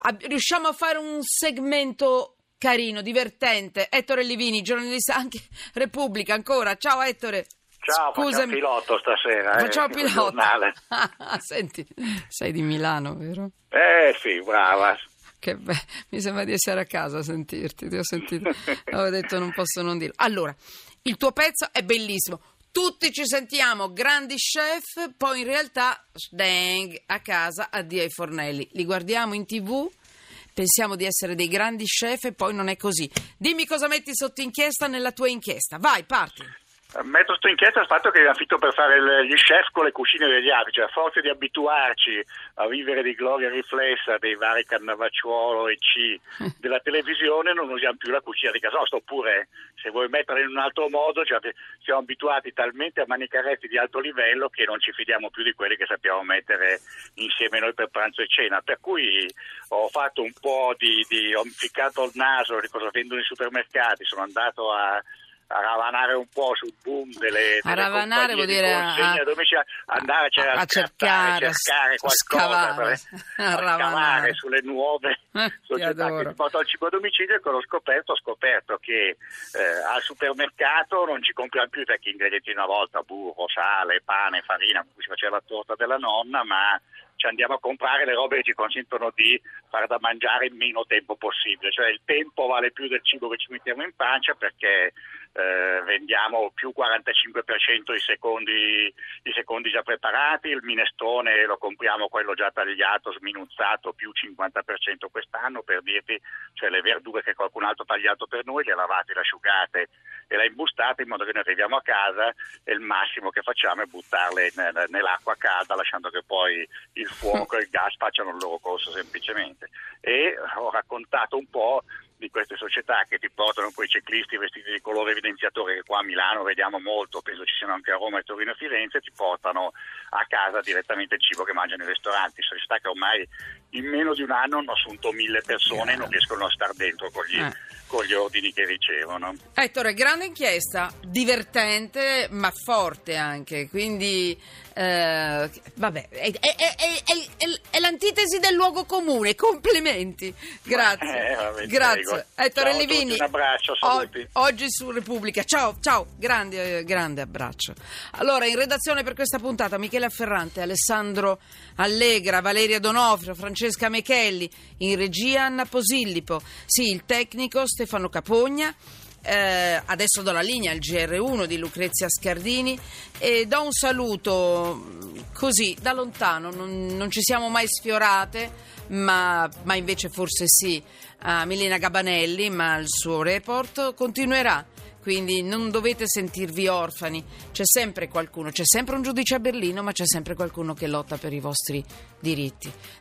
riusciamo a fare un segmento carino, divertente. Ettore Livini, giornalista anche Repubblica, ancora. Ciao Ettore. Ciao, Scusami. facciamo pilota stasera. Facciamo pilota. Giornale. Senti, sei di Milano, vero? Sì, brava. Che mi sembra di essere a casa a sentirti, ti ho sentito. Avevo detto non posso non dirlo. Allora, il tuo pezzo è bellissimo. Tutti ci sentiamo grandi chef, poi in realtà a casa, addio ai fornelli. Li guardiamo in TV, pensiamo di essere dei grandi chef e poi non è così. Dimmi cosa metti sotto inchiesta nella tua inchiesta. Vai, parti. Metto sto inchiesta il fatto che abbiamo finito per fare gli chef con le cucine degli altri, cioè a forza di abituarci a vivere di gloria riflessa dei vari Cannavacciuolo e C della televisione, non usiamo più la cucina di casa nostra. Oppure, se vuoi mettere in un altro modo, cioè, siamo abituati talmente a manicaretti di alto livello che non ci fidiamo più di quelli che sappiamo mettere insieme noi per pranzo e cena. Per cui ho fatto un po' ho ficcato il naso di cosa vendono i supermercati, sono andato a ravanare un po' sul boom delle ravanare vuol dire andare a cercare qualcosa, scavare sulle nuove società che ti portano al cibo a domicilio. E ho scoperto che al supermercato non ci compriamo più i ingredienti di una volta, burro, sale, pane, farina, cui si faceva la torta della nonna, ma ci andiamo a comprare le robe che ci consentono di fare da mangiare in meno tempo possibile. Cioè il tempo vale più del cibo che ci mettiamo in pancia, perché vendiamo più 45% i secondi già preparati, il minestrone lo compriamo quello già tagliato, sminuzzato, più 50% quest'anno, per dirti, cioè le verdure che qualcun altro ha tagliato per noi, le ha lavate, le asciugate e le ha imbustate in modo che noi arriviamo a casa e il massimo che facciamo è buttarle nell'acqua calda, lasciando che poi il fuoco e il gas facciano il loro corso semplicemente. E ho raccontato un po' di queste società che ti portano poi i ciclisti vestiti di colore evidenziatore, che qua a Milano vediamo molto, penso ci siano anche a Roma, e Torino e Firenze, ti portano a casa direttamente il cibo che mangiano nei ristoranti. Società che ormai in meno di un anno hanno assunto 1000 persone e non riescono a star dentro con gli ordini che ricevono. Ettore, grande inchiesta, divertente ma forte anche, quindi vabbè, è l'antitesi del luogo comune. Complimenti, grazie. Grazie Ettore Livini, un abbraccio, saluti. Oggi su Repubblica. Ciao, grande abbraccio. Allora, in redazione per questa puntata Michela Ferrante, Alessandro Allegra, Valeria Donofrio, Francesca Mechelli, in regia Anna Posillipo, sì, il tecnico Stefano Capogna. Adesso do la linea al GR1 di Lucrezia Scardini e do un saluto così da lontano, non ci siamo mai sfiorate, ma invece forse sì, a Milena Gabanelli, ma il suo report continuerà, quindi non dovete sentirvi orfani, c'è sempre qualcuno, c'è sempre un giudice a Berlino, ma c'è sempre qualcuno che lotta per i vostri diritti.